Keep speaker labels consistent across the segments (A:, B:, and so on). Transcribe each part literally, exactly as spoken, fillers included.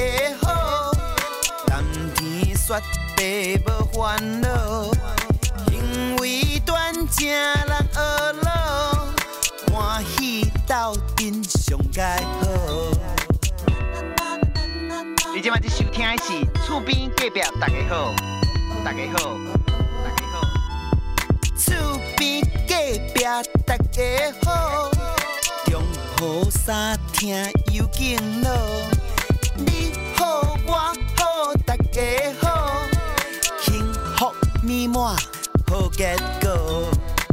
A: 家好，甘甜雪白无烦恼，行为端正人学老，欢喜斗阵上佳好。你今麦在收听的是厝边隔壁大家好，大家好，大家好，厝边隔壁大家好，中好三听有敬老，你好我好大家好，幸福美满好结果。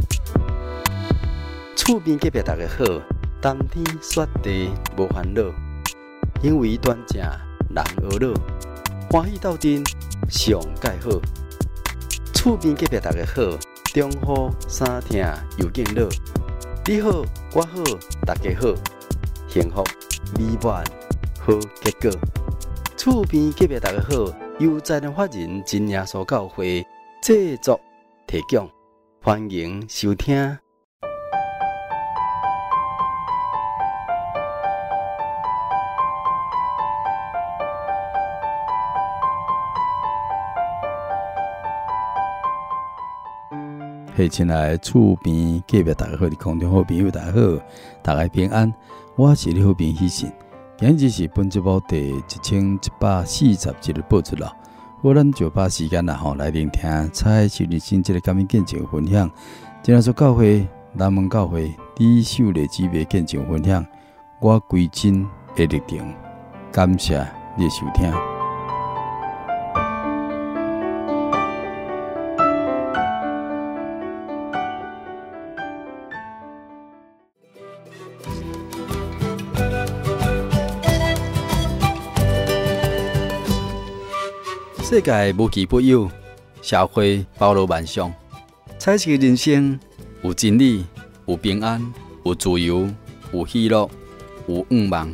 B: 厝边隔壁大家好，冬天雪地无烦恼，因为端正人学老，欢喜斗阵上介好。厝边隔壁大家好，中好三听有敬老，你好我好大家好，幸福美满好结果。厝边隔壁大家好，由在人法人真耶稣教会制作提供，欢迎收听。嘿，亲爱的厝边隔壁大家好，你空中好朋友大家好，大家平安，我是你好朋友喜信。今日是本节目第一千一百四十集的播出了，好，咱就把时间啦吼来聆听蔡秀丽新这个感恩见证分享，今日所教会南门教会李秀丽姊妹见证分享，我归真的力量，感谢你的收听。世界无奇不有，社会包罗万象，彩色人生有真理，有平安，有自由，有喜乐，有愿望。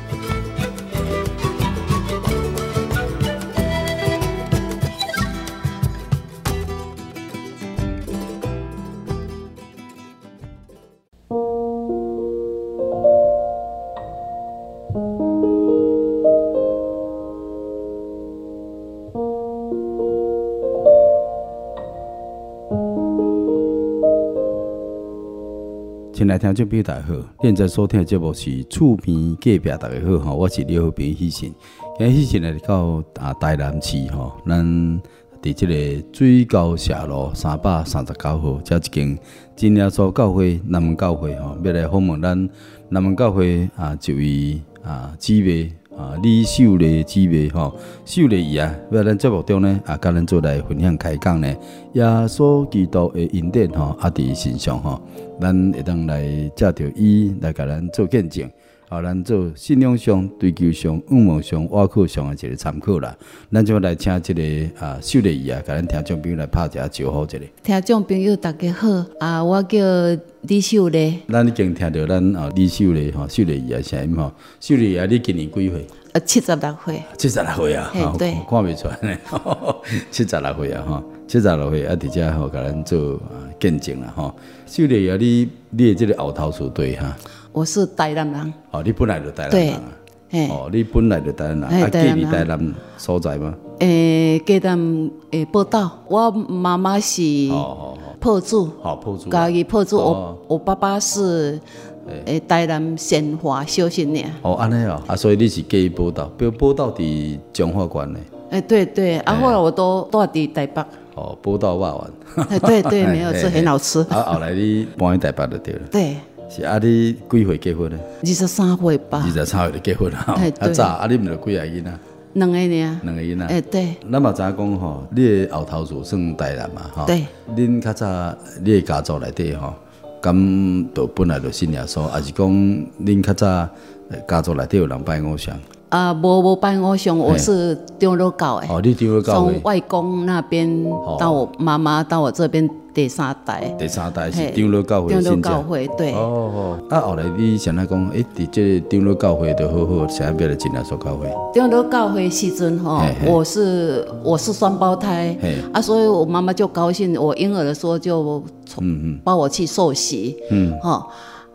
B: 亲爱的听众朋友大家好，现在收听的节目是厝边隔壁大家好哈，我是你好朋友喜信。今日喜信来到啊台南市吼，咱伫这个水沟社路三百三十九号，这一间真耶稣教会南门教会吼，要来访问咱南门教会啊一位啊姊妹啊李秀丽姊妹吼，秀丽姨啊，要咱节目中呢啊，甲咱做来分享开讲呢，耶稣基督的恩典吼，啊伫伊身上吼。咱会当来借着伊来甲咱做见证，好，咱做信仰上、追求上、愿望上、挖苦上的一个参考啦。咱就来请这个啊秀丽姨啊，甲咱听众朋友来拍一下招呼一下。
C: 听众朋友大家好，啊，我叫李秀丽。
B: 咱已经听到咱啊李秀丽吼，秀丽姨啊声音吼，秀丽姨你今年几岁？
C: 呃，七十六岁。
B: 七十六岁啊，
C: 嘿对，
B: 看袂出来呢，七十六岁啊吼。七十六岁啊，伫遮吼，甲咱做啊见证啦吼。秀丽啊，你你的这个后头厝对哈？
C: 我是台南人。
B: 哦，你本来就台南人啊？
C: 对。
B: 哦，你本来就台南人，啊，嫁伫台南所在吗？
C: 诶，嫁dans诶报道。我妈妈是破主，
B: 好破主，
C: 家己破主。我我爸爸是诶台南鲜花小信念。
B: 哦，安尼哦，啊，所以你是嫁报道，报报道伫彰化县呢？
C: 诶，对对，啊，后来我都住伫台北。
B: 哦，报道肉圆。
C: 哎，对对，没有错，很好吃。
B: 啊，后来你搬去台北就对了。
C: 对。
B: 是啊，你几岁结婚呢？
C: 二十三岁吧。
B: 二十三岁就结婚了。
C: 哎，
B: 啊早，啊你毋就几个囡仔？
C: 两个呢。
B: 两个囡仔。
C: 哎，对。
B: 咱嘛知影讲吼，你的后头厝算台南嘛，吼。
C: 对。
B: 恁较早，你的家族内底吼，敢就本来就信耶稣，还是讲恁较早家族内底有人拜偶像？
C: 啊，无无拜偶像，我是长老教的。
B: 哦，你长老教的。
C: 从外公那边到我妈妈到我这边第三代。
B: 第三代是长老教会的信者。
C: 长老教会对。
B: 哦哦，啊后来你想来讲，诶，伫这个长老教会就好好，想要要来进来做教会。
C: 长老教会时阵吼，我是我是双胞胎，啊，所以我妈妈就高兴，我婴儿的时候就嗯嗯，帮我去受洗，嗯，吼。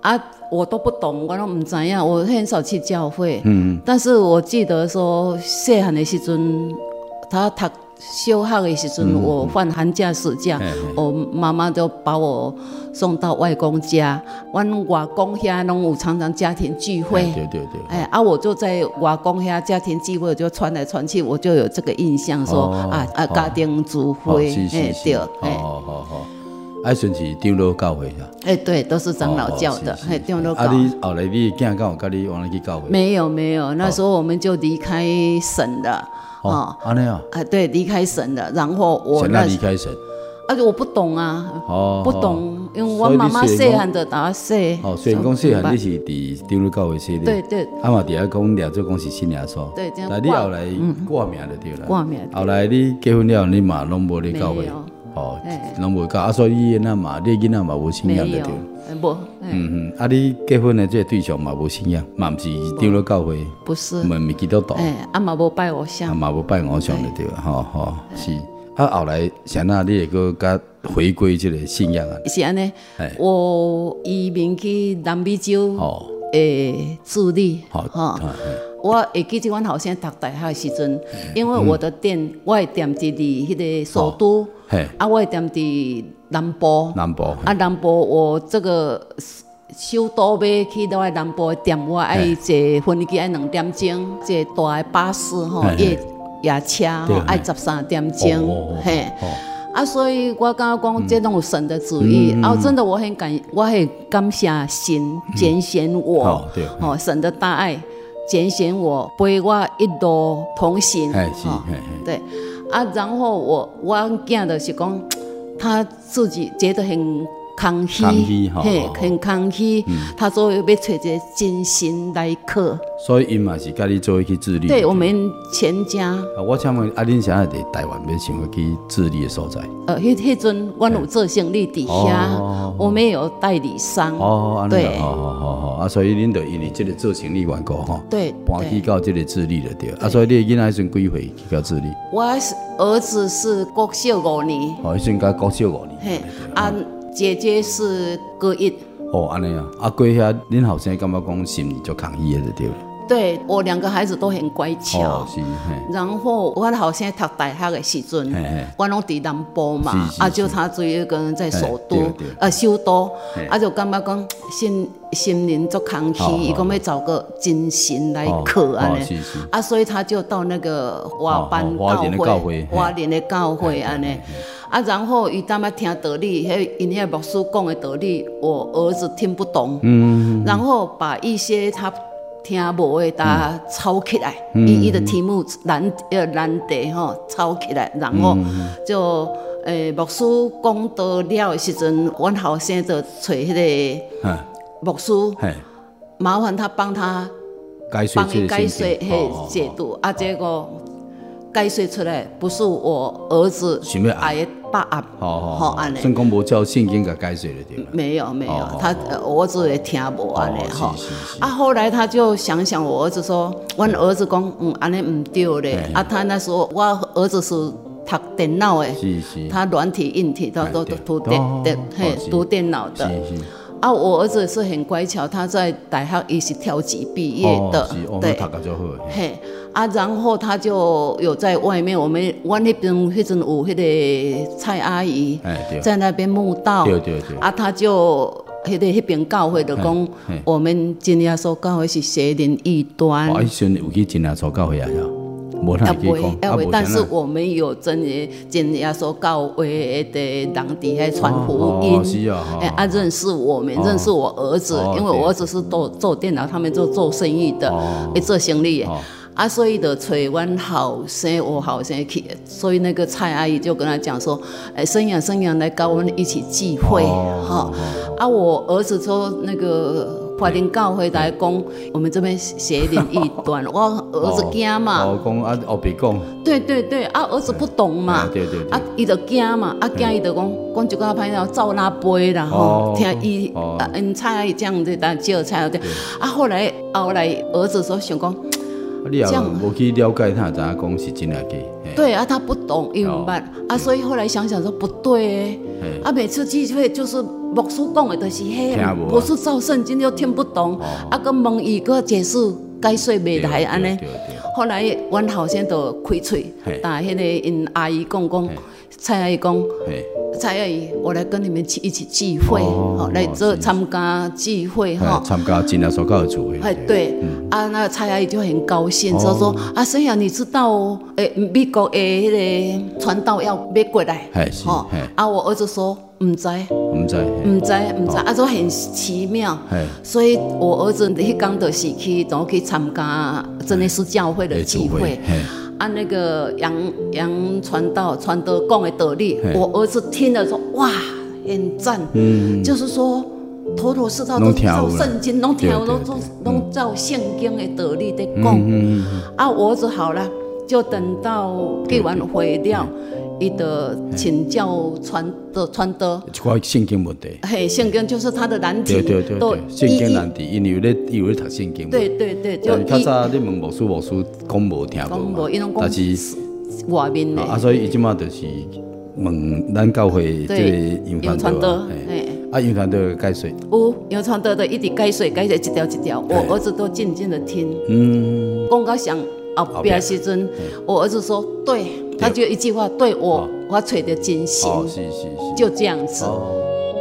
C: 啊，我都不懂，我都唔知影，我很少去教会。嗯，但是我记得说，细汉的时阵，他读小学的时阵，嗯、我放寒假暑假，我妈妈就把我送到外公家。阮外公遐拢有常常家庭聚会，
B: 对对对。
C: 哎啊，我就在外公遐家庭聚会，就传来传去，我就有这个印象说，哦、啊啊，家庭聚会，
B: 哎对，哎，好好好。啊，算是长老教会啊？
C: 哎，对，都是长老教的，嘿，长老教。
B: 啊，你后来你囝敢有甲你往那去教会？
C: 没有没有，那时候我们就离开省了。
B: 哦，安尼啊？
C: 啊，对，离开省了，然后我那
B: 离开省。
C: 而且我不懂啊，哦、不懂，因为我妈妈细汉就打细。
B: 哦，虽然讲细汉你是伫长老教会细的，
C: 对对。
B: 啊嘛，伫遐讲了做讲是信耶稣。
C: 对，这样。
B: 但你后来挂名就对了。
C: 挂名。
B: 后来你结婚了，你嘛拢无咧教会。哦，拢无教，啊，所以你那嘛，你囡仔嘛无信仰的对。
C: 无。
B: 嗯嗯，啊，你结婚的这个对象嘛无信仰，嘛不是长老教会。
C: 不是。
B: 嘛毋是基督徒。
C: 哎，啊嘛无拜偶像。
B: 啊嘛无拜偶像的对，吼吼是。啊，后来啥那你会个甲回归这个信仰啊？
C: 是安尼，我移民去南美洲，哦，诶，智利，哈。我会记得阮后生读大学的时阵，因为我的店，我的店伫伫迄个首都，啊，我的店伫南部，
B: 南部，
C: 啊，南部我这个首都要去到南部的店，我爱坐飞机爱两点钟，坐大的巴士吼，夜夜车吼爱十三点钟，嘿。啊，所以我感觉讲，这拢有神的旨意。啊，真的我很感，我很感谢神拣选我，哦，神的大爱。拣选我，陪我一路同行，
B: 哦、
C: 对，啊，然后我我囝就是讲，他自己觉得很空虚，嘿，很空虚，嗯、他说要找一个真心来客，
B: 所以因嘛是跟你做去智利。
C: 对，我们全家。
B: 啊，我请问啊，恁现在在台湾要想要去智利的所在？
C: 呃，迄迄阵我有做生意底下，我们有代理商。
B: 哦，对，好好好好啊，所以恁就因为这个做生意缘故吼，
C: 对，
B: 搬去到这个智利了对。啊，所以你囡仔迄阵几岁去到智利？
C: 我儿子是国小五年。
B: 哦，迄阵甲国小五年。
C: 嘿，啊。姐姐是高一
B: 哦，安尼啊，啊，过遐恁后生感觉讲心里就抗议的就对了。
C: 对我两个孩子都很乖巧，
B: 哦、是
C: 然后我后生读大学的时阵，我拢伫南部嘛，啊，就他只有一个人在首都，呃，首都，啊，就感觉讲心心灵足空虚，伊讲要找个真神来客安尼，啊，所以他就到那个华班教会，华联的教会安尼。啊，然后伊当要听道理，迄因遐牧师讲的道理，我儿子听不懂。嗯，然后把一些他听无的，他抄起来，伊伊、嗯、的题目难呃难题吼，抄起来，然后就诶、呃、牧师讲到了的时阵，阮后生就找迄个牧师，麻烦他帮他帮伊解说嘿解读，啊，结果解说出来不是我儿子爱的。答案，
B: 好好安尼。算讲无照圣经甲解说了对啦。
C: 没有没有，他我儿子也听无安尼吼。啊，后来他就想想，我儿子说，阮儿子讲，嗯，安尼唔对咧。啊，他那时候我儿子是读电脑的，他软体硬体他都都读电电嘿读电脑的。啊，我儿子是很乖巧，他在大学也是跳级毕业的，
B: 对，
C: 嘿。啊，然后他就有在外面，我们阮那边迄阵有迄个蔡阿姨在那边慕道，
B: 对对对。
C: 啊，他就迄个迄边教会就讲，我们真耶稣教会是邪灵异端。
B: 我以前有去真耶稣教会啊，无哪去讲，
C: 啊，但是我们有真的真耶稣教会的人伫遐传福音，哎啊，认识我们，认识我儿子，因为我儿子是做做电脑，他们做做生意的，会做生意的。啊，所以就找阮后生，我后生去，所以那个蔡阿姨就跟他讲说，哎，生养生养来跟我们一起聚会，哈、哦。啊，我儿子说那个华林教会来讲，我们这边邪灵异端，我儿子惊嘛。
B: 哦，讲啊，后边讲。
C: 对对对，啊，儿子不懂嘛。
B: 对对对。
C: 啊，伊就惊嘛，啊惊伊就讲，讲一个歹鸟照那杯啦，吼，听伊啊，因蔡阿姨这样子，但叫蔡阿姨。啊，后来后来儿子说想讲。
B: 你也无去了解他，知影讲是真啊假？
C: 对啊，他不懂英文版、哦、啊，所以后来想想说不对哎，啊，每次聚会就是牧师讲的就是迄、那個，不是照圣经又听不懂，哦、啊，搁问伊搁解释解说袂来安尼。后来阮后生就开嘴，但迄个因阿姨讲讲，蔡阿姨讲。蔡阿姨，我来跟你们一起聚会，哦，哦来做参加聚会哈，
B: 参加今年所搞的聚会。
C: 哎，对，嗯、啊，那蔡阿姨就很高兴，就、哦、說啊，沈陽，你知道哦，誒，美國的迄個傳道要要過來，哦，啊，我兒子說唔知，
B: 唔知，
C: 唔知，唔知，啊，就很奇妙，所以我兒子迄天就是去，然後去參加真的是教會的聚會。按、啊、那個楊楊傳道傳道講的道理，我兒子聽了說哇，很讚、嗯，就是說頭頭是道都照聖經，攏聽都都攏照聖經的道理在講、嗯。啊，我兒子好了，就等到結完會了，伊的請教傳的傳道。
B: 一塊聖經問題。
C: 嘿，聖經就是他的難題。
B: 對對對對，聖經難題，因為有咧有咧讀聖經。
C: 對對對，
B: 就較早你問牧師，牧師講無聽無嘛，但是
C: 外面的。
B: 啊，所以伊即馬就是問咱教會即個楊傳道，啊，楊傳道解說。
C: 有楊傳道的一直解說，解說一條一條，我兒子都靜靜的聽。嗯。講到上後邊時陣，我兒子說對。他就一句話對我，哦、我吹得真心、哦，是是是，就這樣子。哦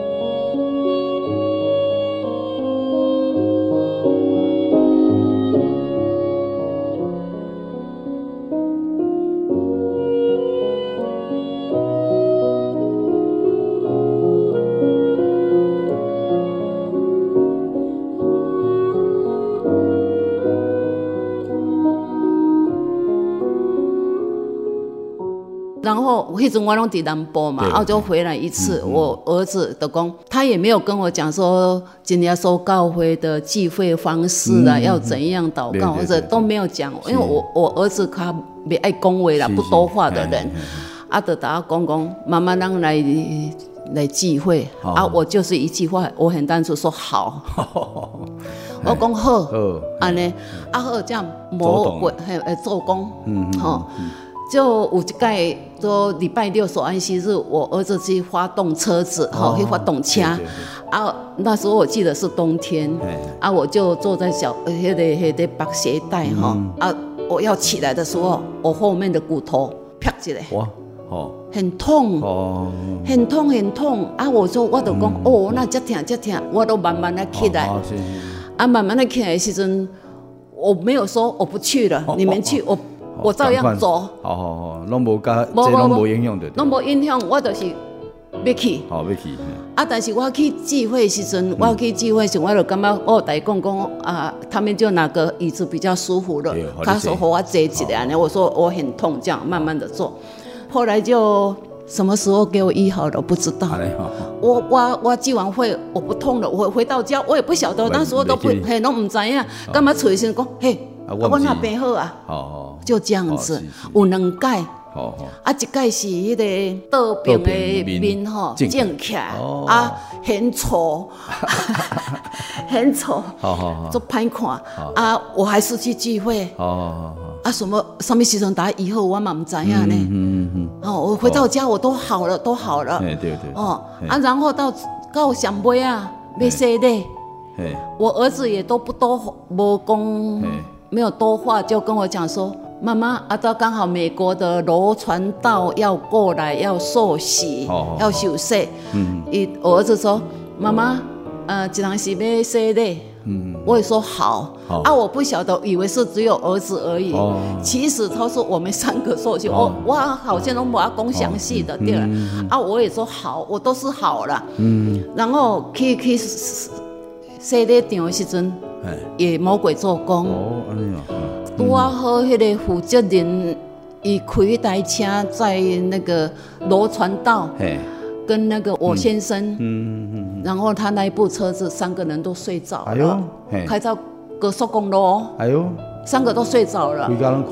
C: 然后迄阵我拢伫南部嘛，然后就回来一次。嗯、我儿子就讲，他也没有跟我讲说今天收教会的聚会方式啊，嗯、要怎样祷告，或者都没有讲。因为我我儿子他不爱恭维啦，不多话的人，啊，就大家讲讲，慢慢让来来聚会、哦、啊，我就是一句话，我很单纯说好。我讲好，安尼啊好，这样魔鬼还有做工，嗯好。嗯就有一届，就礼拜六守安息日，我兒子去發動車子，哈、哦，去發動車。啊，那時候我記得是冬天，啊，我就坐在小迄個迄個綁鞋帶，哈、嗯，啊，我要起來的時候，我後面的骨頭啪一下，哇，哦，很痛，哦，很痛很痛。啊，我說我就講、嗯，哦，那這痛這痛，我都慢慢的起來，哦、啊，慢慢的起來的時陣，我沒有說我不去了，哦、你們去，哦、我。我照樣走，
B: 好好好，攏無加，這攏無影響的，
C: 攏無影響，我就是要去，
B: 好要去。
C: 啊，但是我去聚會時陣，我去聚會時，我就感覺我大講講啊，他們就拿個椅子比較舒服了，他說和我坐起來，我說我很痛，這樣慢慢的坐。後來就什麼時候給我醫好了，不知道。我我我聚完會我不痛了，我回到家我也不曉得，那時候都不嘿攏唔知影，幹嘛隨身講嘿。啊，我那邊好啊，哦、就這樣子，哦、有兩屆，哦、啊，一屆是迄個倒病的面吼，正起來，哦、啊，很醜，很醜，做歹看，啊，我還是去聚會，哦、啊，什麼什麼時陣打以後我嘛唔知影呢，嗯嗯嗯，哦，我回到家我都好了，都好了，對對對，哦，啊，然後到到上尾啊，要洗禮，我兒子也都不多無講。沒有多話，就跟我講說，媽媽，啊，到剛好美國的羅傳道要過來，要受洗，哦、要受洗。嗯，我兒子說，媽媽，呃，一人是要洗禮。嗯，我也說好。好啊，我不曉得，以為是只有兒子而已。哦，其實他說我們三個受洗，哦、我我好像都沒有講詳細的，對了、嗯。啊，我也說好，我都是好了。嗯，然後去去洗禮場的時陣。也魔鬼做工，哦，安尼哦，拄啊好，迄個負責人伊開一台車在那個羅傳道，跟那個我先生，嗯嗯嗯，然後他那一部車子三個人都睡着了，哎呦，開到高速公路，哎呦，三個都睡着了，規家攏困去啊，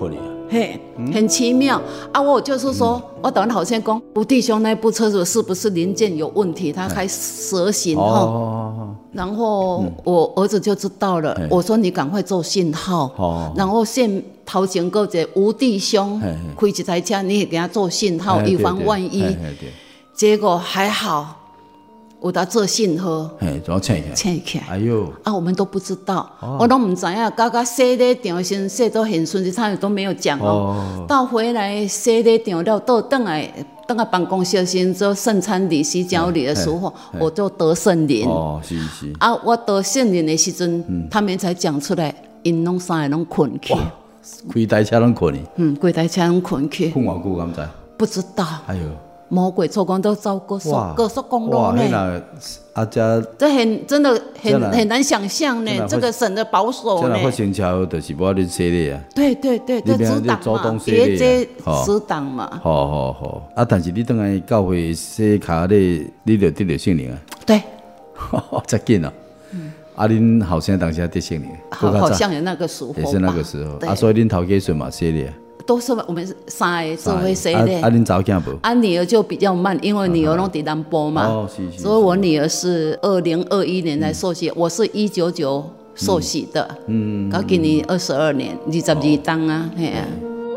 C: 嘿，很奇妙啊！我就是说，嗯、我等好像讲吴弟兄那部车子是不是零件有问题，他开蛇形哈、哦，然后、嗯、我儿子就知道了。我说你赶快做信号，哦、然后现头前个一个吴弟兄开一台车，你也给他做信号，以防万一。结果还好。有在做信号，
B: 嘿，怎么请起来？
C: 请起来，
B: 哎呦，
C: 啊，我们都不知道，哦、我都唔知影，刚刚洗咧场先洗都很顺利，他也都没有讲哦。哦到回来洗咧场了，到等来等来办公室先做圣餐礼、洗脚礼的时候，我就得圣灵。
B: 哦，是是。
C: 啊，我得圣灵的时阵，嗯、他们才讲出来，因拢三个拢困去，
B: 规台车拢困去。
C: 嗯，规台车拢困去。
B: 困偌久敢知？
C: 不知道。
B: 哎呦。
C: 魔鬼做工都走高速高速公路呢，
B: 啊这
C: 这很真的很很难想象呢，这个省的保守呢。
B: 这发生车就是无恁洗礼啊。
C: 对对对，这阻挡嘛，别这阻挡嘛。
B: 好好好，啊，但是你等下教会洗脚咧，你就得到圣灵啊。
C: 对，
B: 这紧哦。啊，恁后生当时也得圣灵，
C: 好像有那个时候吧。
B: 也是那个时候，啊，所以恁头家孙嘛洗礼。
C: 都是我们三个做会洗的。
B: 啊，恁查某囝无？
C: 啊，女儿就比较慢，因为女儿拢伫南部嘛。
B: 哦，是是。
C: 所以我女儿是二零二一年才受洗，我是一九九受洗的。嗯。到今年二十二年，二十二档啊，嘿啊。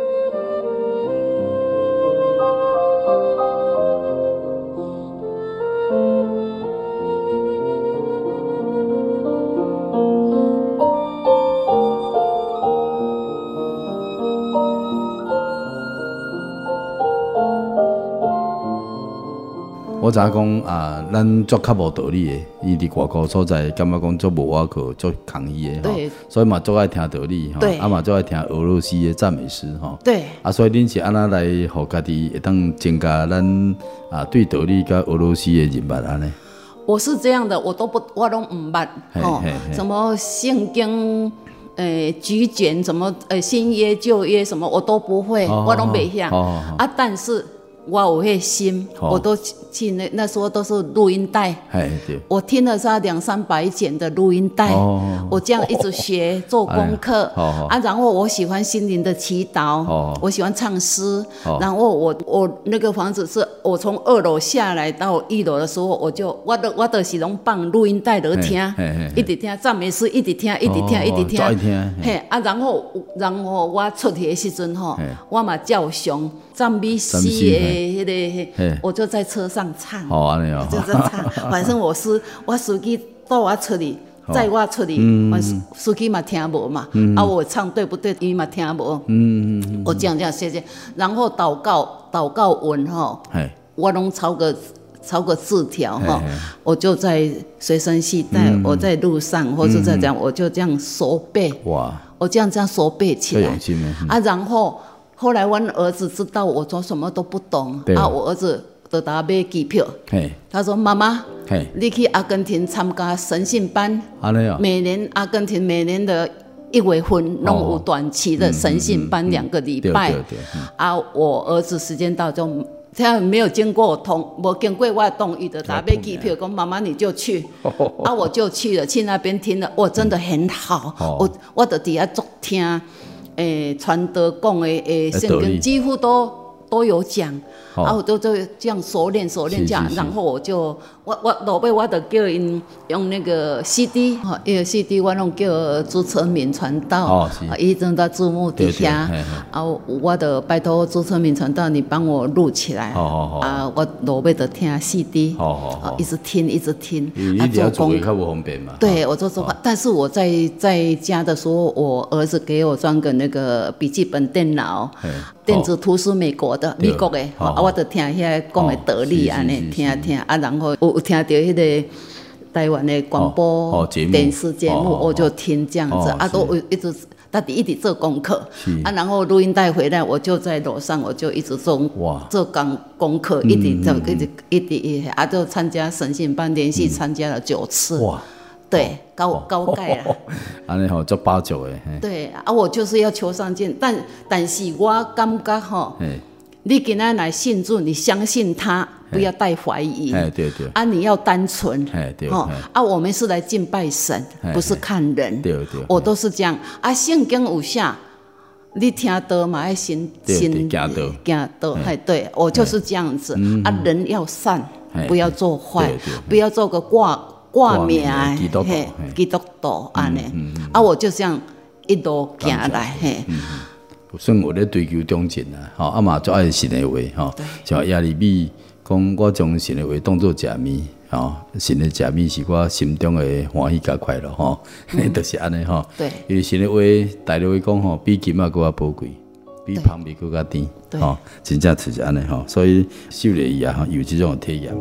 B: 我知影讲啊，咱足较无道理的，伊伫外国所在，感觉讲足无外口，足抗议的吼，所以嘛足爱听道理吼，啊嘛足爱听俄罗斯的赞美诗吼。
C: 对。啊，
B: 所以恁是安那来，互家己会当增加咱啊对道理甲俄罗斯的认捌安尼。
C: 我是这样的，我都不，我都唔捌吼，什么圣经。诶，局卷什么？诶，新约旧约什么我都不会，哦、我都没晓。哦、啊，但是我有迄心，哦、我都去那那时候都是录音带，我听了他两三百剪的录音带，哦、我这样一直学做功课、哎、啊，然后我喜欢心灵的祈祷，哦、我喜欢唱诗，哦、然后我我那个房子是我从二楼下来到一楼的时候，我就我的我的是拢放录音带在听，一直听赞美诗，一直听，一直听，一直听，
B: 哦、听
C: 嘿啊，然后然后我出去的时阵吼，我嘛照常赞美诗的迄个，我就在车上唱，
B: 好安尼哦，
C: 就是唱，反正我是我司机带我出去，载我出去，我司机嘛听无嘛，啊我唱对不对，伊嘛听无，嗯，我这样这样谢谢，然后祷告祷告文吼，我拢抄个抄个字条哈，我就在随身携带，我在路上或者在这样，我就这样手背，哇，我这样这样手背起来，啊，然后后来我儿子知道我做什么都不懂，啊，我儿子。就打买机票，他说：“妈妈，你去阿根廷参加神信班，每年阿根廷每年的一月份弄有短期的神信班两个礼拜。啊，我儿子时间到就他没有经过我同，没经过我同意的打买机票，说妈妈你就去，啊我就去了，去那边听了，哇，真的很好，我我在底下做听，诶，传德讲的诶圣经几乎都都有讲。”啊，我都就这样熟练熟练这样，然后我就我我落尾我就叫因用那个 C D， 哈，那个 C D 我拢叫朱成敏传道，啊，伊正在字幕底下，啊，我就拜托朱成敏传道，你帮我录起来，啊，我落尾就听 C D， 啊，一直听一直听，
B: 啊，做功课较不方便嘛，
C: 对我做做法，但是我在在家的时候，我儿子给我装个那个笔记本电脑。电子图书美国的，美国的，啊，我就听遐讲的道理安尼，听听啊，然后有听到迄个台湾的广播电视节目，我就听这样子，啊，都一直到底一直做功课，啊，然后录音带回来，我就在楼上，我就一直做做功功课，一直做一直一直啊，就参加神信班，连续参加了九次。对，高高盖啦，
B: 安尼吼做八九的。
C: 对啊，我就是要求上进，但但是我感觉吼，你今天来信主，你相信他，不要带怀疑。哎，对对。啊，你要单纯。哎，对。哦，啊，我们是来敬拜神，不是看人。对对。我都是这样。啊，圣经有写， 你听道嘛爱行行
B: 行道，
C: 行道，哎，对我就是这样子啊，人要善，不要做坏，不要做个挂挂名基督徒，基督徒安尼，啊，我就这样一路行来，嘿。
B: 算我咧追求忠诚啦，吼，啊嘛足爱神的话，吼，像耶利米讲，我将神的话当作食物，吼，神的食物是我心中的欢喜甲快乐，吼，就是安尼吼。
C: 对，
B: 因为神的话，大陆话讲吼，比金仔搁较宝贵，比香米搁较甜，吼，真正就是安尼吼。所以修炼以后有这种体验。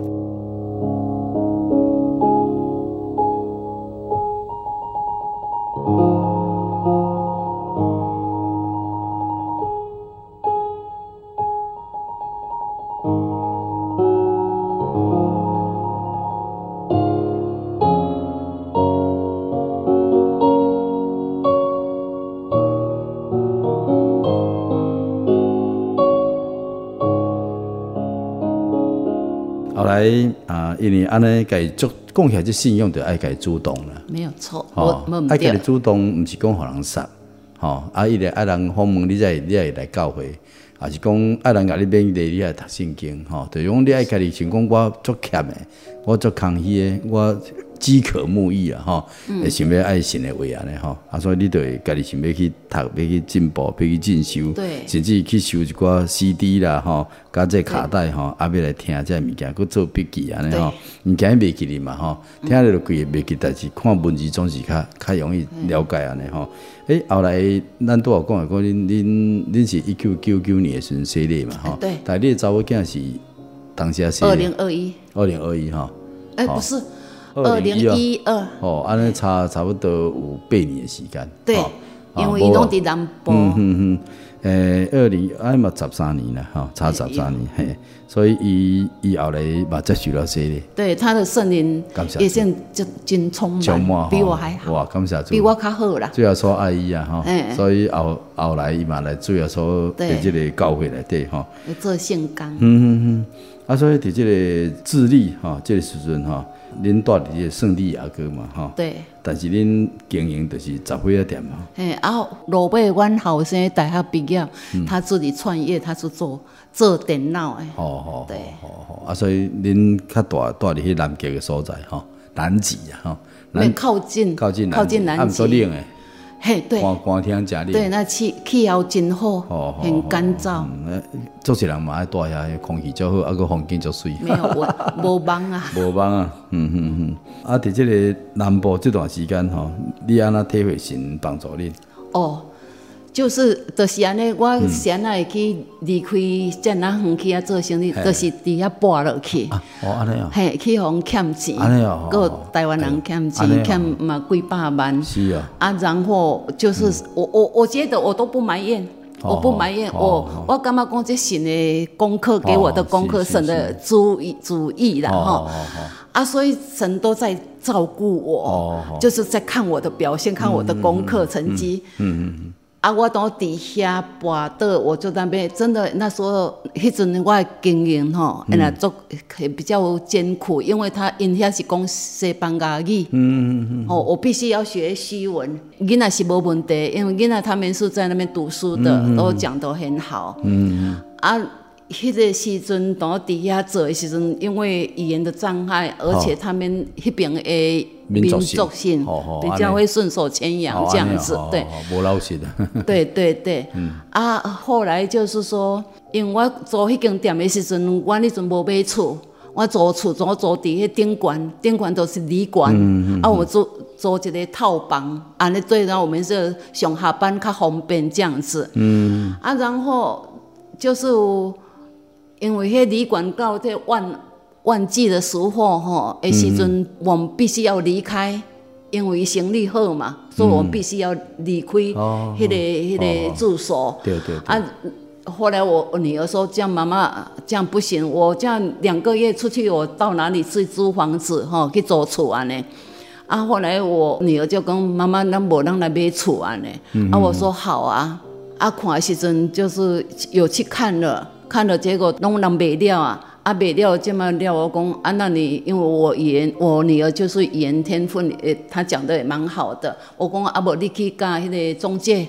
B: 后来啊，因为安尼，家做讲起来，这信用就爱家主动啦。
C: 没有错，
B: 哦，爱家己主动，毋是讲互人杀，吼，啊，伊个爱人访问你，才你才会来教会，也是讲爱人甲你免礼，你爱读圣经，吼，就讲你爱家己想讲我足欠的，我足空虚的，我饥渴慕义啊，吼，会想要爱神的话安尼吼，啊，所以你就会家己想要去读，要去进步，要去进修，甚至去收一寡 C D 啦，吼，甲这卡带吼，啊，要来听这物件，佮做笔记安尼吼，物件袂记哩嘛吼，听了就记袂记，但是看文字总是较较容易了解安尼吼。诶，后来咱拄有讲诶，讲恁恁恁是一九九九年诶时阵生日嘛吼，
C: 对，
B: 但你诶查某囝是当时生日，
C: 二零二一，
B: 二零二一吼，
C: 诶，不是。二零一二
B: 哦，安尼差差不多有八年的时间。
C: 对，因为伊拢伫南部。
B: 嗯嗯嗯，诶，二零安嘛十三年啦，哈，差十三年，嘿，所以伊伊后来嘛接受了洗礼。
C: 对，他的圣灵也现就真充满，比我还好。
B: 哇，感谢主，
C: 比我较好啦。
B: 主要说爱伊啊，哈，所以后后来伊嘛来主要说伫这个教会内底哈，
C: 做圣工。
B: 嗯嗯嗯，啊，所以伫这个智利哈，这个时阵哈。恁住伫这个圣地亚哥嘛，吼，
C: 对，
B: 但是恁经营就是杂货店嘛。
C: 嘿，啊，落尾阮后生大学毕业，嗯、他自己创业，他是做做电脑诶。
B: 哦哦，
C: 对，
B: 哦哦，啊，所以恁较大住伫迄南极的所在，吼，南极啊，吼，
C: 南靠近
B: 靠近
C: 靠近南极，
B: 冷诶。
C: 嘿，对，
B: 寒寒天真冷。
C: 对，那气气候真好，哦、很干燥。
B: 嗯，做一人嘛爱住遐，空气足好，啊个风景足水。
C: 没有，我无梦啊。
B: 无梦啊，嗯嗯嗯。啊，伫这个南部这段时间吼，你安那体会神帮助恁？
C: 哦，就是就是安尼，我是安那会去离开遮那远去啊做生意，就是伫遐搬落去。
B: 哦，安尼啊。
C: 嘿，去互欠钱。
B: 安尼啊。
C: 个台湾人欠钱，欠嘛几百万。
B: 是啊。
C: 啊，然后就是我我我觉得我都不埋怨。我不埋怨，我我感觉讲这神的功课给我的功课，神的主意主意啦哈，啊，所以神都在照顾我，就是在看我的表现，看我的功课成绩。嗯嗯。啊，我当底下跋倒，我就那边真的那时候，迄阵我的经营吼，哎呀，做比较艰苦，因为他因遐是讲西班牙语，嗯嗯嗯，哦，我必须要学西文，囡仔是无问题，因为囡仔他们是在那边读书的，嗯、都讲得很好，嗯嗯，啊。迄个时阵，当我伫遐做的时阵，因为语言的障碍，而且他们迄边的民族性比较会顺手牵羊这样子，对，
B: 无老实的。
C: 对对对，嗯、啊，后来就是说，因为我做迄间店的时阵，我迄阵无买厝，我租厝租租伫迄顶馆，顶馆都是旅馆，嗯嗯、啊，我租租一个套房，安尼对，然后我们是上下班较方便这样子，嗯，啊，然后就是。因为迄旅馆到这旺旺季的时候吼，的时阵我们必须要离开，因为生意好嘛，所以我们必须要离开迄个迄个住所。
B: 对对。
C: 啊，后来我女儿说：“这样妈妈这样不行，我这样两个月出去，我到哪里去租房子吼，去租厝安尼。”啊，后来我女儿就讲：“妈妈，咱无人来买厝安尼。”啊，我说好啊。啊，看的时阵就是有去看了。看了结果拢人卖了啊，啊卖了这么了，我讲啊，那你因为我语言，我女儿就是语言天分，诶，她讲的也蛮好的。我讲啊，无你去甲迄个中介，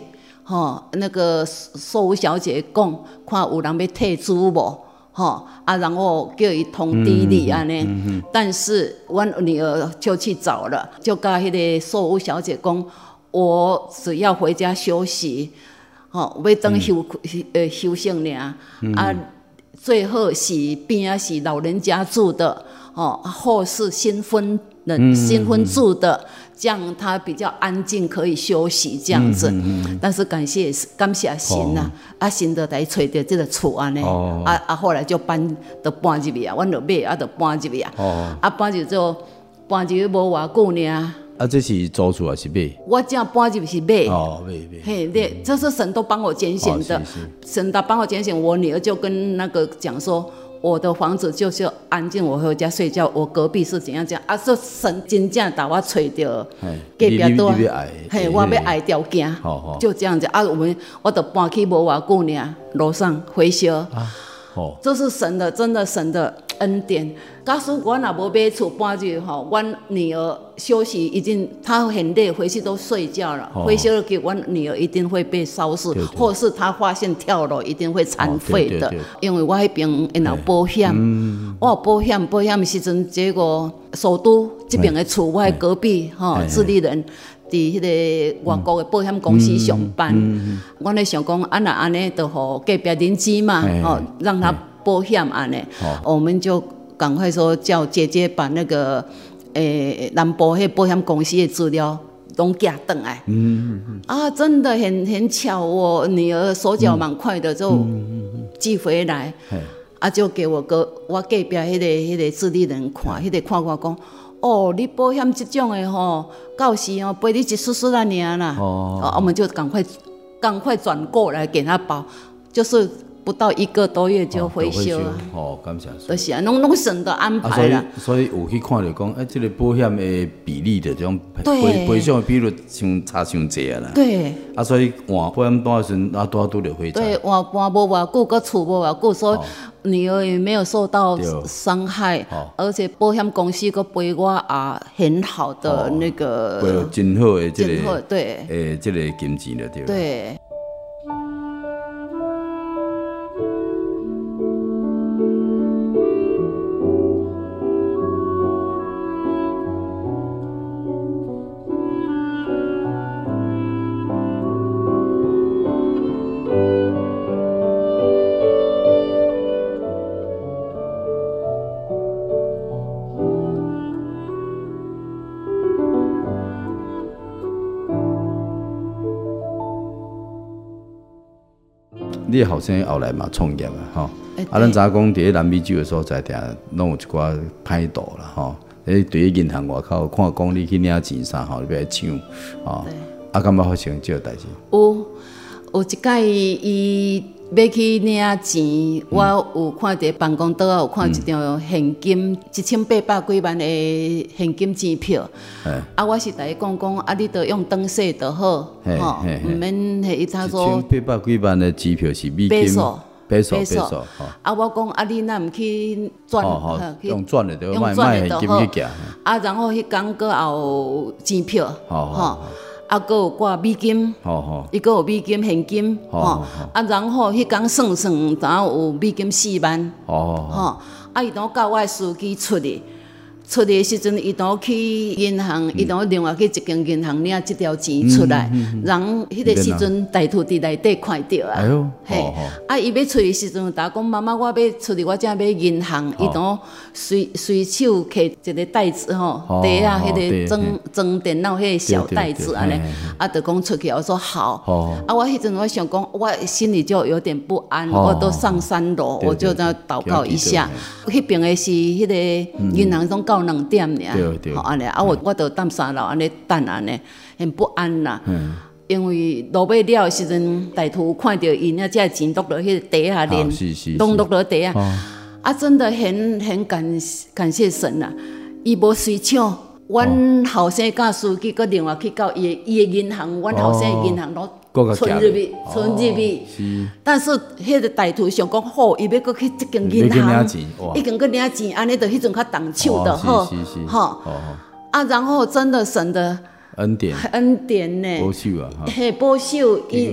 C: 吼，那个售屋小姐讲，看有人要退租无，吼啊，然后叫伊通知你安尼。嗯嗯、但是我女儿就去找了，就跟迄个售屋小姐讲，我只要回家休息，吼，要等休呃、嗯、休息尔，嗯、啊，最好是边啊是老人家住的，哦，或是新婚人、嗯、新婚住的。这样他比较安静，可以休息这样子。嗯嗯嗯、但是感谢感谢神啊，哦、啊神就来找到这个厝安尼，哦、啊啊后来就搬就搬入去啊，阮就买啊就搬入去啊，哦、啊搬入就搬入去无偌久呢。
B: 啊，这是租厝还是买？
C: 我这样搬入去买。
B: 哦，买买。
C: 嘿，对，这是神都帮我拣选的，哦、是是神都帮我拣选。我女儿就跟那个讲说。我的房子就是安静，我回家睡觉。我隔壁是怎样讲啊？说神真正把我找到，隔壁都，嘿，我要爱条件，就这样子啊。我们我都搬去无偌久呢，楼上回修，啊哦、这是神的，真的神的恩典。假使我若无买厝搬去吼，我女儿休息已经，她很累，回去都睡觉了。哦、回修了给我女儿一定会被烧死，对对或是她发现跳楼一定会残废的。哦、对对对因为我迄边因有保险，嗯、我有保险，保险的时阵，结果首都这边的厝，我喺隔壁吼，智利人。伫迄个外国的保险公司上班，嗯嗯、我咧想讲，啊那安尼就互隔壁邻居嘛，哦，让他保险安尼，我们就赶快说叫姐姐把那个诶南部迄保险公司的资料拢寄回来。嗯嗯、啊，真的很很巧，我女儿手脚蛮快的，就寄回来，嗯、啊就给我哥我隔壁迄个迄个智利人看，迄、嗯、个看我讲。哦，你保险这种的吼，到时哦赔你一丝丝啊尔啦，哦，我们就赶快赶快转过来给他保，就是不到一个多月就回修了。
B: 哦，感谢。
C: 就是啊，拢拢神的安排啦。
B: 所以所以有去看到讲，哎，这个保险的比例的这种赔赔偿的比率相差伤济啊啦。对。啊，所以换保险单的时阵，啊，拄啊拄着火灾。对，
C: 换搬无偌久，搁厝无偌久，所以。女儿也没有受到伤害，而且保险公司个赔我啊很好的那个，
B: 赔了真好的这个，
C: 对，
B: 诶，这个金钱了，对。
C: 对。
B: 你后生后来嘛创业啊，吼、欸，啊，咱早讲伫南美洲的所在，定拢有一寡歹道啦，吼。诶，伫咧银行外口看讲你去领钱啥，吼，你要抢，吼。啊，敢捌发生这个代志？
C: 有，有一届伊要去领钱，我有看伫办公桌有看一张现金一千八百几万的现金支票。嗯、啊，我是甲伊讲讲，啊，你着用灯洗就好，吼，毋免迄他说。
B: 一千八百几万的支票是美金。
C: peso，
B: peso peso。
C: 啊，我讲啊，你哪毋去转？
B: 哦用转的就卖卖现金去寄。
C: 啊，然后迄天搁有钱票，吼。啊，搁有挂美金，伊搁有美金现金，吼，啊，然后迄天算算，然后有美金四万，吼，啊，伊当教我司机出去，出去的时阵，伊当去银行，伊当另外去一间银行领这条钱出来，然后迄个时阵歹徒伫内底看到啊，嘿，啊，伊要出去时阵，打讲妈妈，我要出去，我正要银行，伊当随随手摕一个袋子吼，袋啊，迄个装装电脑迄个小袋子安尼，啊，就讲出去，我说好，啊，我迄阵我想讲，我心里就有点不安，我都上三楼，我就在祷告一下，迄边的是迄个银行总到两点尔，吼安尼，啊我我就踮三楼安尼等安尼，很不安啦。因为落尾了的时阵，歹徒看到因啊，这钱落落迄个地下面，拢落落地啊，啊，真的很很感感谢神啊！伊无随抢，阮后生甲司机搁另外去到伊的伊的银行，阮后生的银行拢存入去，存入去。但是迄个歹徒想讲好，伊要搁去即间银行，已经搁领钱，安尼就迄阵较动手的好，吼。啊，然后真的神的。
B: 恩典，
C: 恩典呢？
B: 保守啊，
C: 嘿，保守伊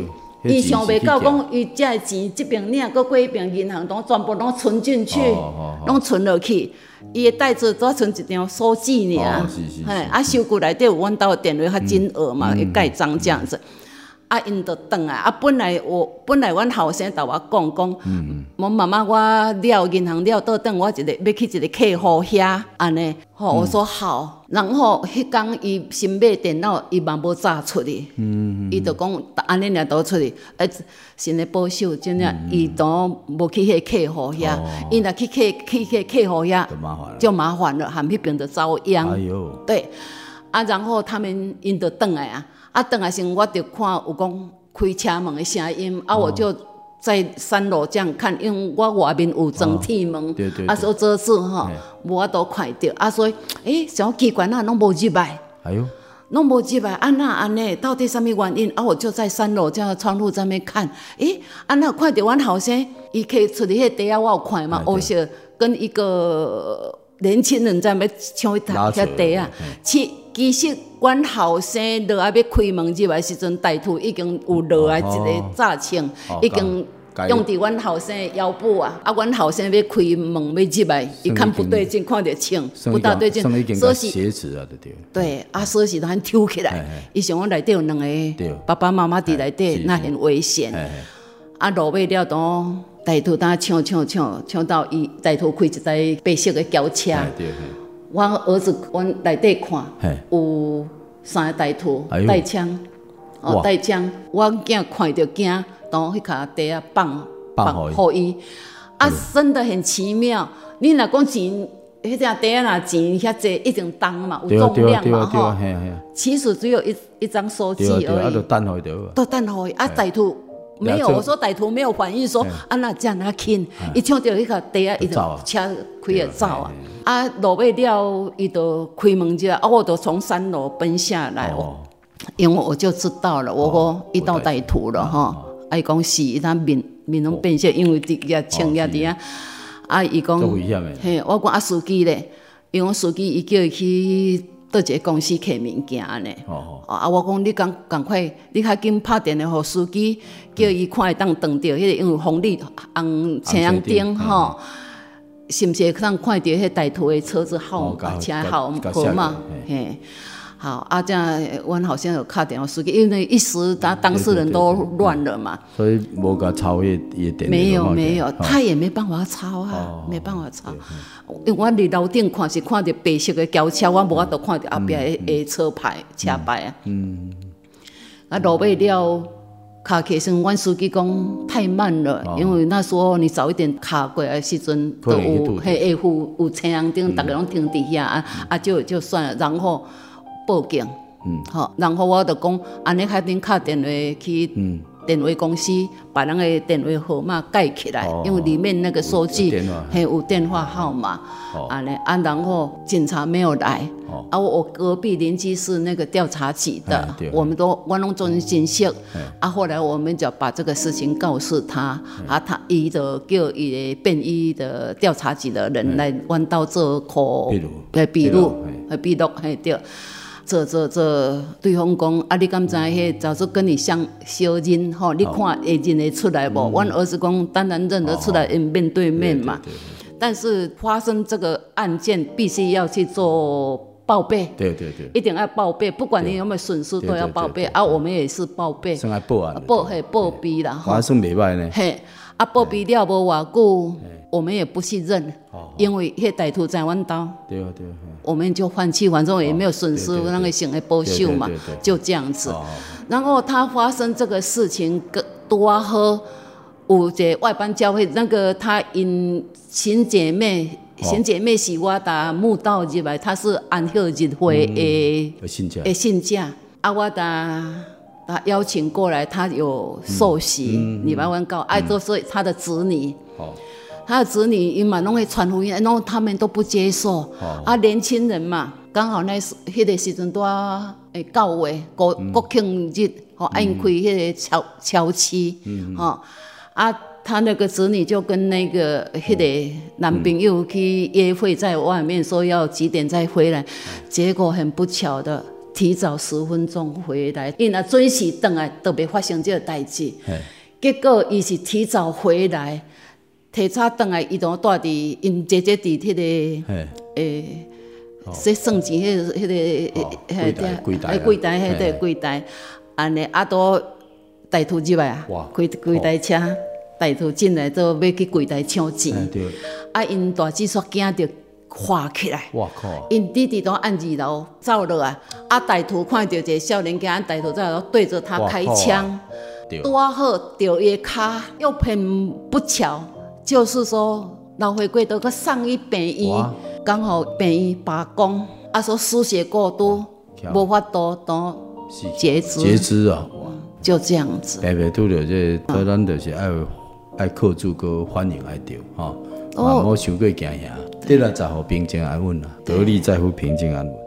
C: 伊想袂到讲，伊遮个钱这边领，搁过迄边银行，拢全部拢存进去，拢存落去。伊的袋子只存一张手机尔，嘿，啊，收据内底有阮兜的电话较金额嘛，会盖章这样子。啊，因就转来，啊，本来我本来阮后生甲我讲讲，我妈妈我了银行了倒转，我一个要去一个客户遐，安尼，吼，我说好，然后迄天伊新买电脑，伊嘛无早出去，伊就讲安尼尔倒出去，哎，新的保守，真正伊都无去迄客户遐，伊若去客去迄客户遐，就麻烦了，就麻烦了，含迄边就遭殃，哎呦，对，啊，然后他们因就转来啊。啊，转来时我就看有讲开车门的声音，啊，我就在三楼这样看，因为我外面有装铁门，哦、对对对啊，所以遮住吼，无法度看到，啊，所以诶，想奇怪，那拢无入来，哎呦，拢无入来，啊那安尼，到底什么原因？啊，我就在三楼这样窗户上面看，诶，啊那看到阮后生，伊可以出去迄地啊，我有看嘛，而且跟一个年轻人在那抢一台遐地啊，其其实。阮后生落来要开门入来时阵，歹徒已经有落来一个炸枪，哦、已经用伫阮后生的腰部啊！啊，阮后生要开门要入来，伊看不对劲，看到枪不大对劲，
B: 锁匙挟持啊，对
C: 对，啊，锁匙都很抽起来，伊想讲内底有两个爸爸妈妈伫内底，那很危险。啊，落尾了都歹徒当抢抢抢抢到伊，歹徒开一台白色的轿车。我儿子阮内底看，有三个歹徒带枪，哦带枪，我囝看着惊，当迄卡地啊放放互伊，啊真的很奇妙。你若讲钱，迄只地啊若钱遐济，一定重嘛，有重量嘛吼。其实只有一一张手机而已，啊，
B: 就等互伊就好。
C: 都等互伊，啊歹徒。没有，我说歹徒没有反应，说啊那这样那轻，伊抢到迄个地啊，伊就车开了走啊。啊，落尾了，伊就开门之后，啊，我就从三楼奔下来，哦、因为我就知道了，我讲遇到歹徒了哈。啊，伊讲是，伊他面面拢变色，因为伫遐枪遐伫啊。啊，伊讲，嘿，我讲啊司机咧，因为司机伊叫伊去。倒一个公司摕物件呢，哦哦、啊！我讲你赶赶快，你较紧拍电话给司机，叫伊看会当撞到迄个，因为红绿红青红灯吼，是毋是会当看到迄歹徒的车子号码、车号号码？嘿，好啊！这样阮好像有打电话司机，因为一时他当事人都乱了嘛，
B: 所以无甲抄伊伊电话。
C: 没有没有，他也没办法抄啊，没办法抄。因为我伫楼顶看是看到白色的轿车，我无法度看到后壁的车牌、车牌啊。嗯。啊，落尾了，卡起时，阮司机讲太慢了，哦、因为那时候你早一点卡过来时阵，都有迄下户有青红灯，大家拢停伫遐啊，啊就就算了，然后报警。嗯。好，然后我就讲，安尼还顶打电话去。嗯。电话公司把人的电话号码盖起来，哦、因为里面那个手机还有电话号码，安尼、哦、啊，然后警察没有来，哦、啊，我隔壁邻居是那个调查局的，我们都我拢做信息，啊，后来我们就把这个事情告诉他，啊，他伊就叫伊的便衣的调查局的人来阮兜做口笔录，笔录嘿对。做做做，对方讲啊，你敢知迄早就跟你相相认吼？你看会认得出来无？嗯、阮儿子讲，当然认得出来，因面对面嘛。对对对但是发生这个案件，必须要去做报备。对对对。一定要报备，不管你有没有损失，都要报备。啊，我们也是报备。算来报案。报嘿报备啦。
B: 还算袂歹呢。
C: 嘿，啊报备了无偌久。我们也不去认，哦、因为迄歹徒在阮兜，对啊对啊，我们就放弃，反正也没有损失，那个省的保守嘛，對對對對就这样子。哦、然后他发生这个事情，多好，有一个外班教会，那个他因亲姐妹，亲、哦、姐妹是我打慕道入来，他是安赫日会的的信者，啊我打。他邀请过来，他有受洗，礼拜วัน告，哎，都是他的子女。哦他的子女因嘛拢会传福音，然后他们都不接受。哦、啊，年轻人嘛，刚好那时迄个时阵都诶教会国国庆日，吼、嗯，因开迄个超超市，吼、嗯，啊，他那个子女就跟那个迄个男朋友去约会，在外面说要几点再回来，嗯、结果很不巧的， 提早十分钟回来，因若准时回来，就袂发生这个代志。结果伊是提早回来，提早回来，伊就住伫因姐姐伫迄个诶，说算钱迄个迄个
B: 迄个柜台，
C: 柜台迄个柜台，安尼啊都歹徒入来啊，开柜台车，歹徒进来都要去柜台抢钱，啊因大姊煞惊着。滑起来，
B: 哇靠！
C: 因弟弟都按二楼走落来，啊，歹徒看到一个少年家，歹徒在那对着他开枪，多好掉一卡，又偏不巧，就是说老回归都个上一病院，刚好病院罢工，啊说输血过多，无法度都截肢，
B: 截肢啊，
C: 就这样子。
B: 白白拄着这，所以咱就是爱爱靠住个反应爱着吼。啊，莫伤过惊吓，得来才好平静安稳啦。得力在乎平静安稳。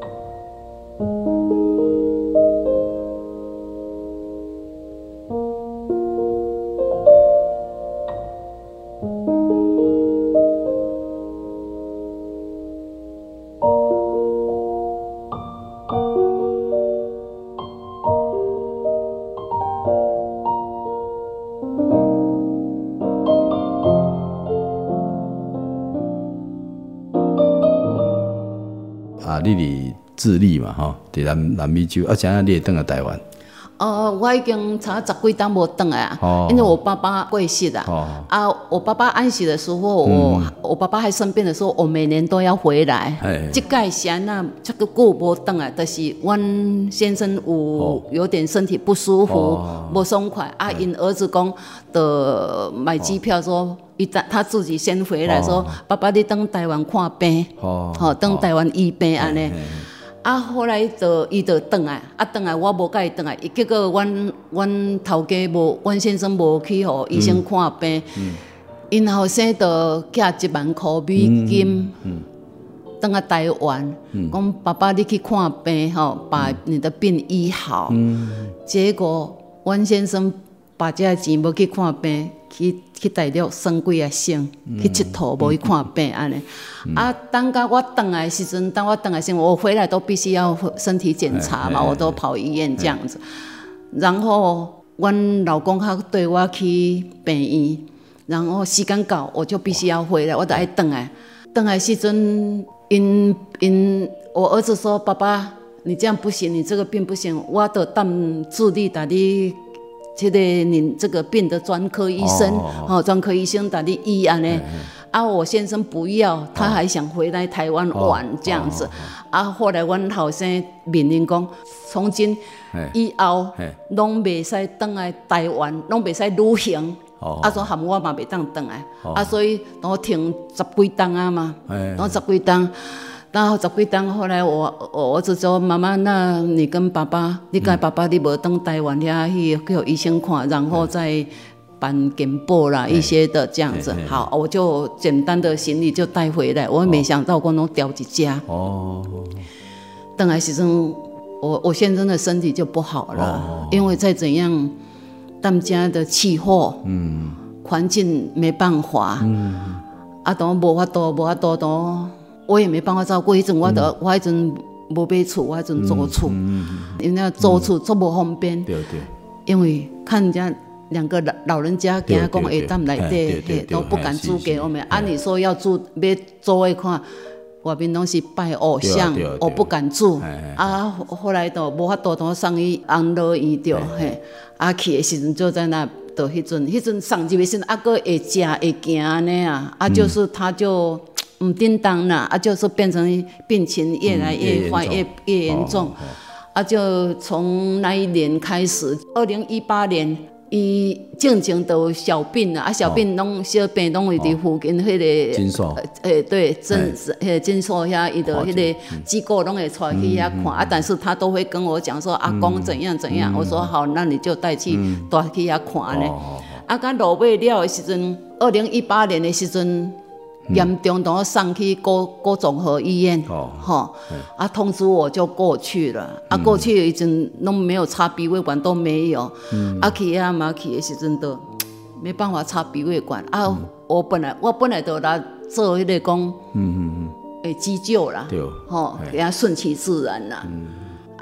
B: 啊，你伫智利嘛，吼，伫南南美洲，啊，怎样你会转来台湾？
C: 呃，我已经差十几档无转来啊，哦、因为我爸爸过世了。哦、啊，我爸爸安息的时候，我、嗯、我爸爸还生病的时候，我每年都要回来。这届是安那，这个久无转来，但是阮先生有、哦、有点身体不舒服，不、哦、爽快。啊，因儿子讲的买机票说。伊他自己先回来说，哦、爸爸你等台湾看病，吼、哦，等台湾医病安尼。啊，后来就伊就转来，啊转来我无甲伊转来，结果阮阮头家无，阮先生无去互医生看病，因后生就寄一万块美金，转来台湾，讲爸爸你去看病吼，把你的病医好。嗯、结果阮先生把这个钱无去看病。去去大陆耍几啊省，去佚佗，无去看病安尼。嗯、啊，等到我回来的时阵，等我回来时，我回来都必须要身体检查嘛，我都跑医院这样子。然后，阮老公他对我去病院，然后时间到，我就必须要回来，我就爱回来。回来时阵，因因我儿子说：“爸爸，你这样不行，你这个病不行，我得等智利带你。”这个你这个病的专科医生，哦，专、哦、科医生打你医安尼，啊，我先生不要，他还想回来台湾玩、哦、这样子，哦哦、啊，后来阮后生命令讲，从今以后拢袂使回来台湾，拢袂使旅行，哦、啊，说含我嘛袂当回来，哦、啊，所以我停十几档啊嘛，然后十几档。然后十几档，后来我我儿子说：“妈妈，那你跟爸爸，你跟爸爸，你无登台湾遐去去医生看，然后再办健保啦一些的这样子。”好，我就简单的行李就带回来。我也没想到我能调一家。哦。等来时阵，我我先生的身体就不好了，哦、因为再怎样，他们家的气候，嗯，环境没办法，嗯，啊，都无法度，无法度都。我也没办法照顾，迄阵我得、嗯、我迄阵无买厝，我迄阵租厝，嗯嗯、因为那租厝足无方便。对对。因为看人家两个老老人家，惊讲会当内底，都不敢租给我们。按理说要租，要租的看，外面拢是拜偶像，我不敢住。啊，后来都无法度，都送去安乐院着，嘿，啊去的时阵就在那，就迄阵，迄阵送入的时阵，啊个会食会行安尼啊，啊就是他就。唔叮当啦，啊，就是变成病情越来越坏，越越严重，啊，就从那一年开始，二零一八年，伊正正都有小病啦，啊，小病拢小病拢会伫附近迄个，诊所，诶，对，诊诶诊所遐，伊的迄个机构拢会带去遐看，啊，但是他都会跟我讲说阿公怎样怎样，我说好，那你就带去带去遐看咧，啊，甲落尾了的时阵，二零一八年的时阵。严重都送去高高综合医院，吼、哦，啊通知我就过去了，嗯、啊过去已经拢没有插鼻胃管都没有，嗯、啊去遐嘛去的时阵都没办法插鼻胃管，啊、嗯、我本来我本来就来做迄个讲，嗯嗯嗯，诶急救啦，对，吼，给他顺其自然啦，嗯、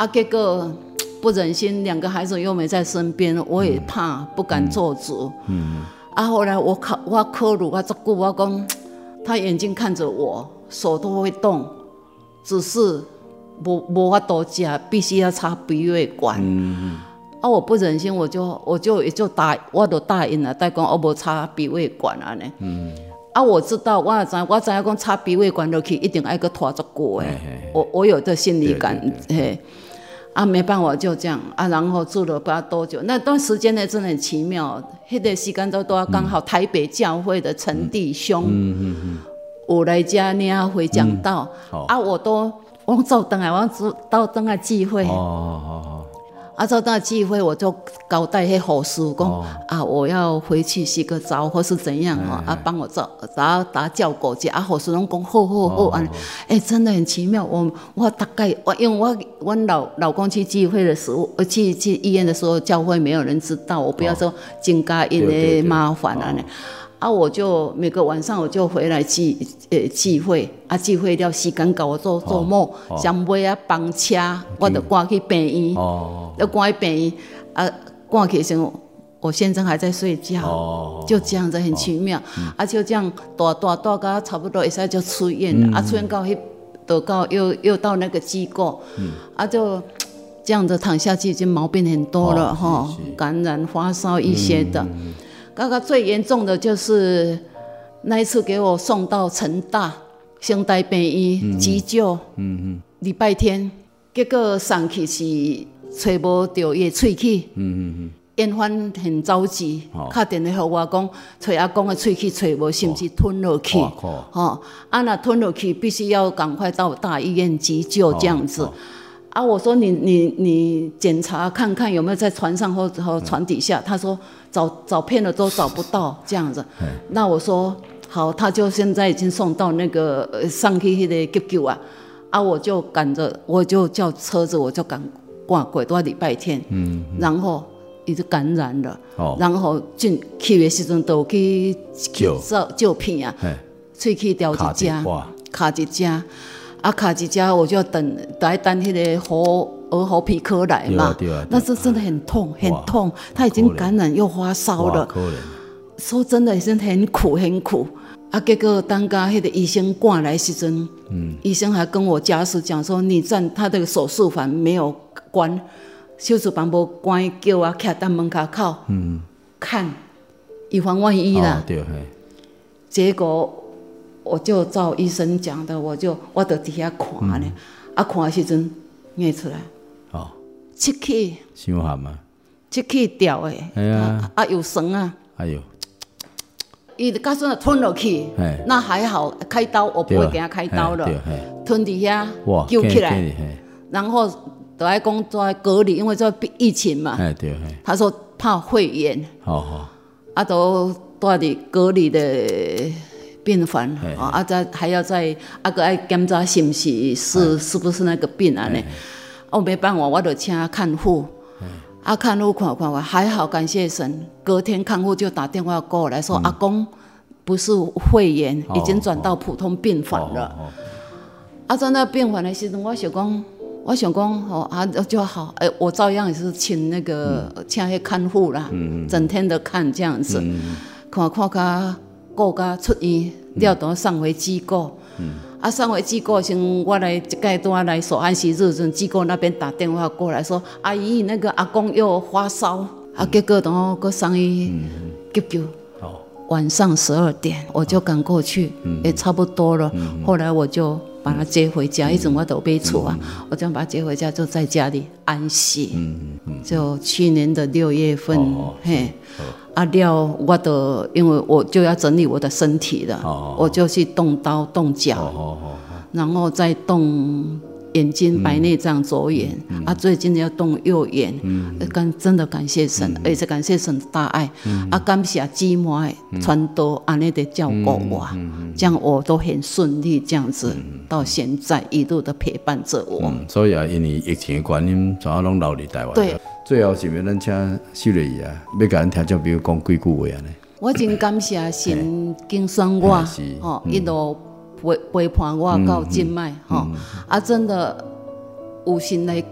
C: 啊，结果不忍心，两个孩子又没在身边，我也怕，嗯、不敢做主。嗯，啊，后来我考我考虑我足久，我讲他眼睛看着我，手都会动，只是无无法度吃，必须要插鼻胃管。嗯。啊！我不忍心，我就我就也就答，我都答应了，但讲我无插鼻胃管啊呢。嗯。啊，我知道，我也知，我知影讲插鼻胃管落去一定爱个拖足久诶。我我有这心理感，嘿。啊，没办法就这样啊，然后住了不知道多久，那段时间呢真的很奇妙。迄个时间都都刚好台北教会的陈弟兄，嗯嗯嗯，有来家领会讲道，嗯、啊，我都我走登来，我到登来聚会。哦哦哦。啊，到那聚会我就交代迄护士讲、哦、啊，我要回去洗个澡或是怎样哈、欸，啊，帮我照打打叫狗去。啊，护士拢讲好好好啊，哎、哦欸，真的很奇妙。我我大概我因为我我老老公去聚会的时候，去去医院的时候，教会没有人知道，我不要说增加因的麻烦啊呢。啊，我就每个晚上我就回来聚呃聚会，啊聚会了时间到我做做梦，想买啊房车，我就赶去病院，要赶去病院，啊赶去时候，我先生还在睡觉，哦、就这样子很奇妙，嗯、啊就这样大大大到差不多一下就出院了，嗯、啊出院到迄得到又又到那个机构，嗯、啊就这样子躺下去，已经毛病很多了哈、哦，感染发烧一些的。嗯刚刚最严重的就是那一次给我送到成大先台病院急救，嗯嗯，礼拜天，结果上去是找无到伊的喙齿，嗯嗯嗯，院方很着急，打电话给我讲，找阿公的喙齿找无，是不是吞落去？哦，啊那吞落去必须要赶快到大医院急救这样子。啊，我说你你你检查看看有没有在船上或者船底下，他说找找遍了都找不到这样子。那我说好，他就现在已经送到那个上去那个急救啊，啊我就赶着我就叫车子我就赶挂过到礼拜天，嗯，然后伊就感染了，哦、然后进去的时阵都去去照照片啊，喙齿掉一只，卡一只。啊，卡几家我就等，来等那个喉耳喉皮科来嘛，对啊对啊，那是真的很痛，很痛，他已经感染又发烧了，说真的，真的很苦很苦。啊，结果当个那个医生赶来时阵，嗯，医生还跟我家属讲说，你站他的手术房没有关，手术房无关，叫我徛在门口口，嗯，看，以防万一啦。哦、对，结果。我就照医生讲的，我就我就底下看呢，嗯、啊看的时阵验出来，哦，七气，伤寒啊，七气掉的，哎呀，啊, 啊有绳啊，哎呦，伊就算吞落去，那还好，开刀我不会给他开刀了，吞底下救起来，然后都爱讲在隔离，因为这疫情嘛，他说怕肺炎，好好，啊都住伫隔离的。病房啊，啊再还要再啊个爱检查是不是是是不是那个病啊呢？我没办法，我就请看护，啊看护看看看，还好感谢神，隔天看护就打电话过来说、嗯、阿公不是肺炎，已经转到普通病房了。哦哦哦、啊在那病房的时候，我想讲，我想讲哦啊就好，哎、欸、我照样也是请那个、嗯、请那看护啦，嗯、整天的看这样子，嗯、看看看。顾甲出院了，都送回机构。嗯、啊，送回机构时，我来一阶段来守安息日阵，机构那边打电话过来说，阿姨，那个阿公又发烧，嗯、啊，结果等我送医急救。哦、晚上十二点，我就赶过去，嗯、也差不多了。嗯、后来我就把他接回家，嗯、一直我都没厝啊，嗯、我就把他接回家，就在家里安息。嗯嗯、就去年的六月份，哦、嘿。哦啊了，我的因为我就要整理我的身体了，哦、我就去动刀动脚，哦、然后再动眼睛白内障左眼，嗯、啊最近要动右眼，嗯、感真的感谢神，而且、嗯、感谢神的大爱，嗯、啊感谢姊妹传道安尼的照顾我，嗯嗯、这样我都很顺利，这样子、嗯、到现在一路的陪伴着我。
B: 嗯、所以啊，因为疫情的原因，全部拢留伫台湾。对。最后是要咱请秀丽啊，要甲咱听众朋友讲几句话安尼。
C: 我真感谢神拣选我，吼，一路陪陪伴我到今麦，吼，啊，真的有心来靠，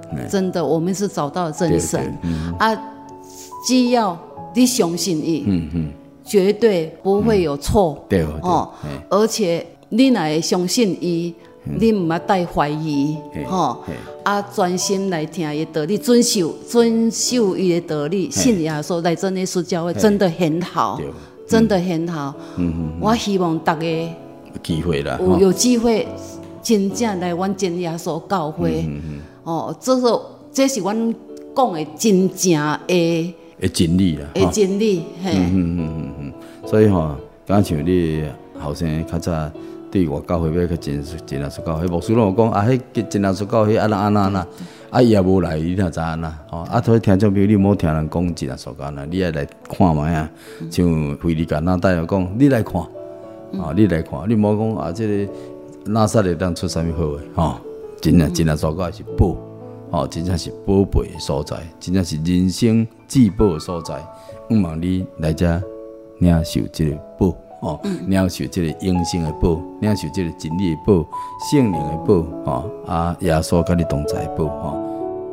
C: 真的，我们是找到真神、嗯、啊！只要你相信伊，嗯嗯，绝对不会有错、嗯，对哦。而且你若会相信伊，你唔要带怀疑，吼、嗯、啊，专心来听伊道理，遵守遵守伊的道理，信耶稣来真耶稣教会，真的很好，真的很好。嗯嗯，我希望大家有机会啦，有有机会。真正来阮真耶稣教会、嗯嗯、哦，这是这是阮讲的真正的
B: 的真理啦，
C: 的真理，嘿，嗯
B: 嗯嗯嗯，所以吼，敢像你后生较早对外教会要去真真耶稣教会，牧师拢有讲啊，迄真耶稣教会啊那啊那那，啊伊也无来，你哪知安那？哦，啊，所以听众朋友，你莫听人讲真耶稣教那，你也来看卖啊，像菲利加那带有讲，你来看，哦，你来看，你莫讲啊，这个。哪煞会当出啥物好诶？吼、哦，真正真正所讲是宝，吼、哦，真正是宝贝诶所在，真正是人生至宝诶所在。毋望你来遮领受即个宝，哦，领受即个永生诶宝，领受即个真理诶宝，圣灵诶宝，吼、哦，啊，耶稣甲你同在诶宝，吼、哦。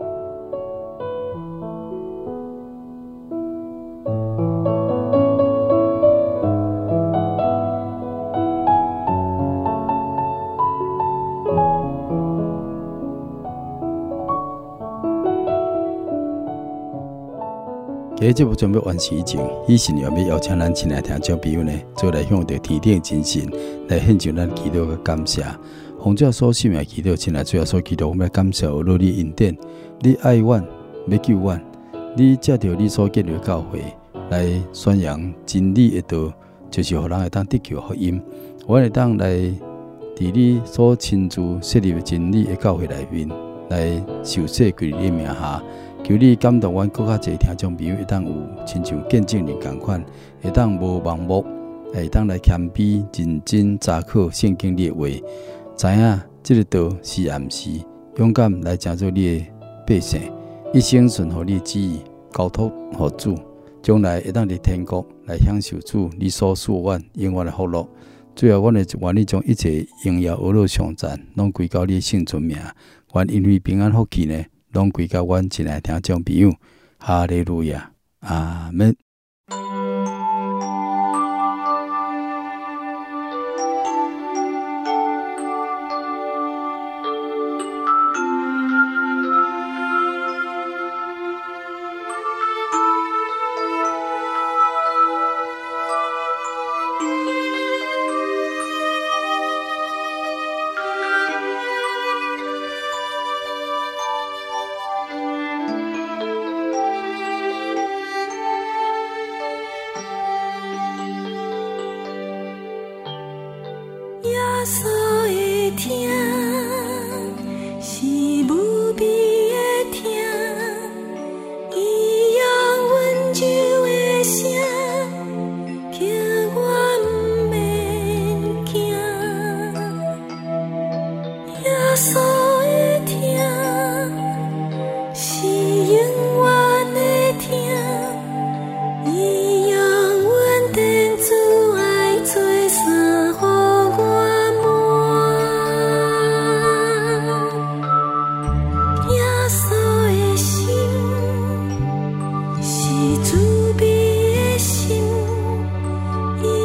B: 在节目准备完成以前，以前要要邀请咱亲爱听众朋友呢，做来向着天顶真神来献上咱祈祷嘅感谢。奉主所信嘅祈祷，亲爱主耶稣祈祷，我们来感谢有你恩典，你爱阮，要救阮，你借着你所建立教会来宣扬真理嘅道，就是互人会当得救福音。我会当来伫你所亲自设立真理嘅教会内面来受洗归你名下。求你感动阮更较侪听众朋友，会当有亲像见证人同款，会当无盲目，会当来谦卑、认真查考圣经里的话，知影这个道是暗是，勇敢来成做你的百姓，一生顺服你的旨意，交托予主，将来会当伫天国来享受主你所赐阮永远的福乐。最后，阮会愿意将一切荣耀、恶乐、颂赞，拢归到你圣尊名，愿因为平安福气呢。拢归到阮亲爱听众朋友，哈利路亚，阿门。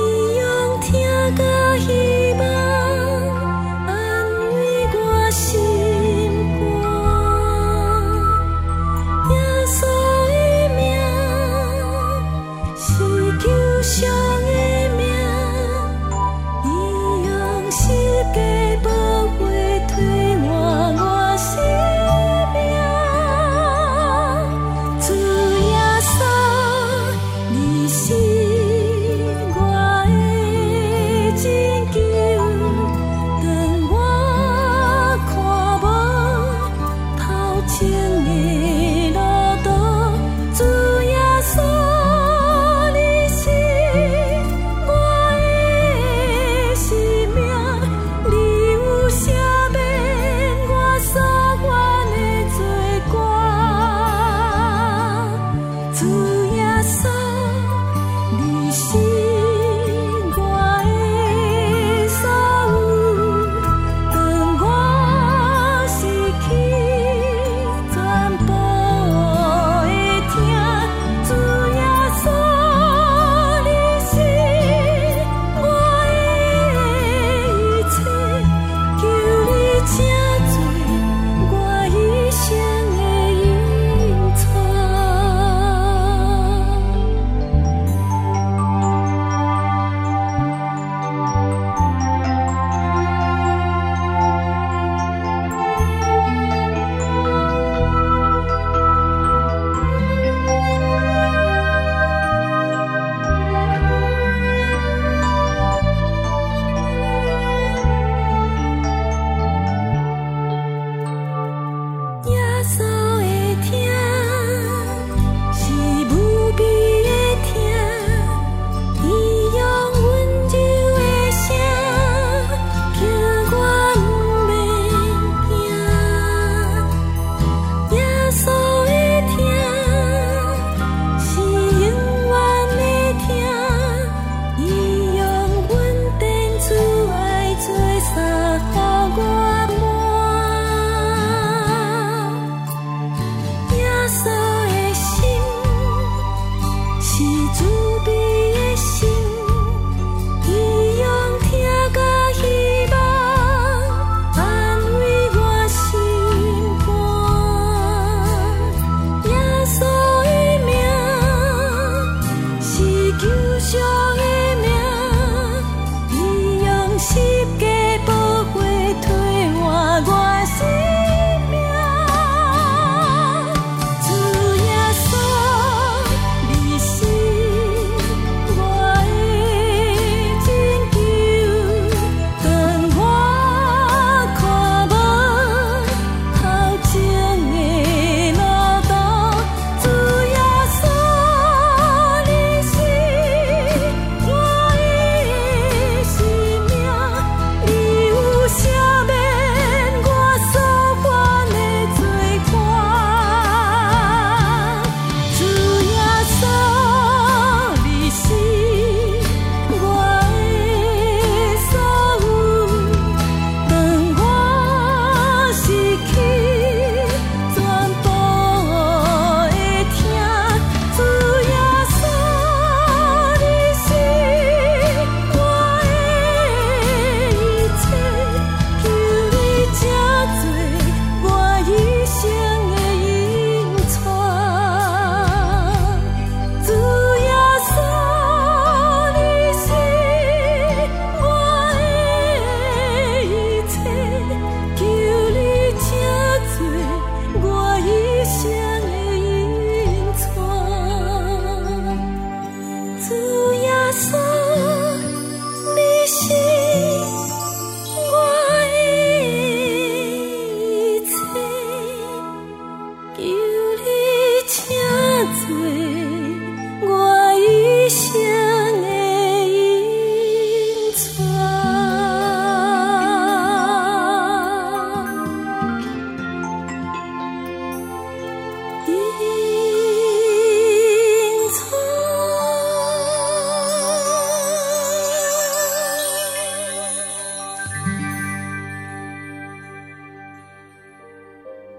D: 希望安慰我心。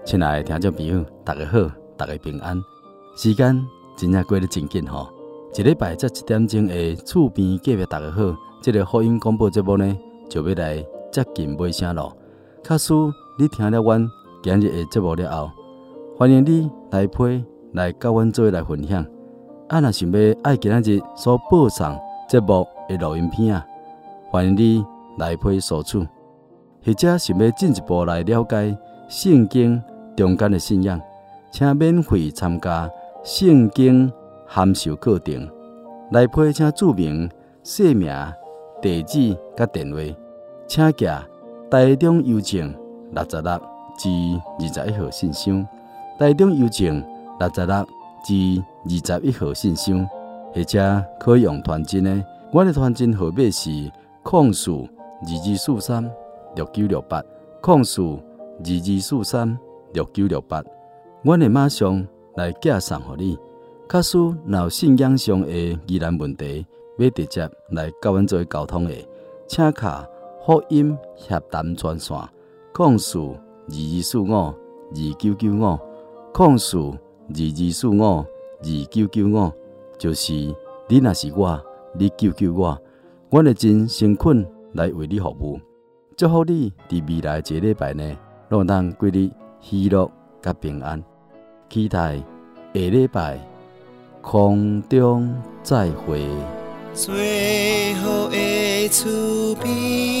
B: 亲爱的听众朋友，大家好，大家平安。时间真正过得真紧吼，一礼拜才一点钟的厝边隔壁大家好，这个福音广播节目呢，就要来接近尾声咯。假使你听了阮今日的节目了后，欢迎你来陪来跟阮做来分享。啊，若想要爱今仔日所播送节目的录音片啊，欢迎你来陪索取，或者想要进一步来了解圣经中间的信仰，请免费参加圣经函授课程。来陪请注明姓名、地址甲电话，请寄台中邮政六十六至二十一号信箱，台中邮政六十六至二十一号信箱，或者可以用传真的。我的传真号码是零四二二四三六九六八，零四二二四三六九六八。我会马上来寄送给你。假使若有信仰上的疑难问题，要直接来甲阮做沟通的，请卡福音协谈专线零四二二四五二九九五，零四二二四五二九九五，就是你若是我，你救救我，我会真诚恳来为你服务。祝福你伫未来一个礼拜呢，拢当过日喜乐甲平安。期待下礼拜空中再会。
A: 最后的厝边，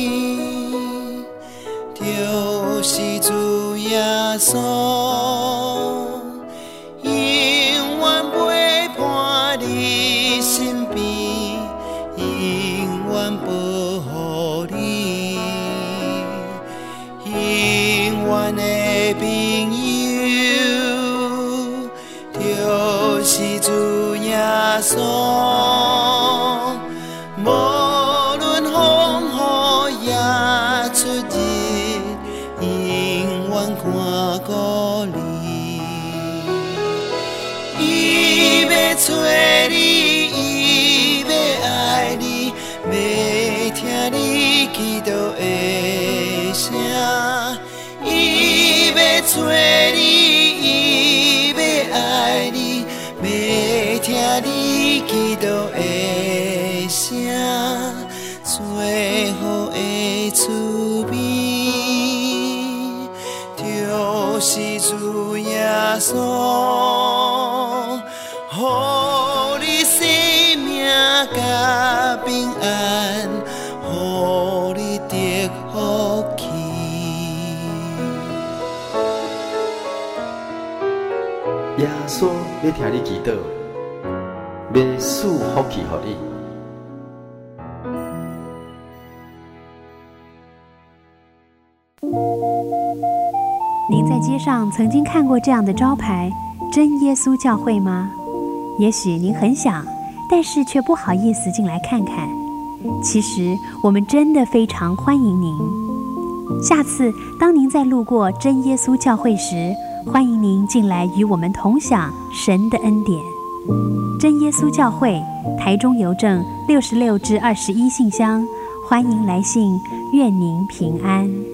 A: 就是主耶稣，永远陪伴你身边，永远保护你，永远的朋友，就是主耶稣。无论风雨也出日，永远看顾你。伊要找你，伊要爱你，要听你祈祷的声。伊要找你，伊要爱你，要听你祈祷的声。最好的厝边，就是主耶稣，予你生命甲平安，予你得福气。
B: 耶稣要听你祈祷，要赐福气予你。
D: 您在街上曾经看过这样的招牌“真耶稣教会”吗？也许您很想，但是却不好意思进来看看。其实我们真的非常欢迎您。下次当您在路过真耶稣教会时，欢迎您进来与我们同享神的恩典。真耶稣教会，台中邮政六十六至二十一信箱，欢迎来信，愿您平安。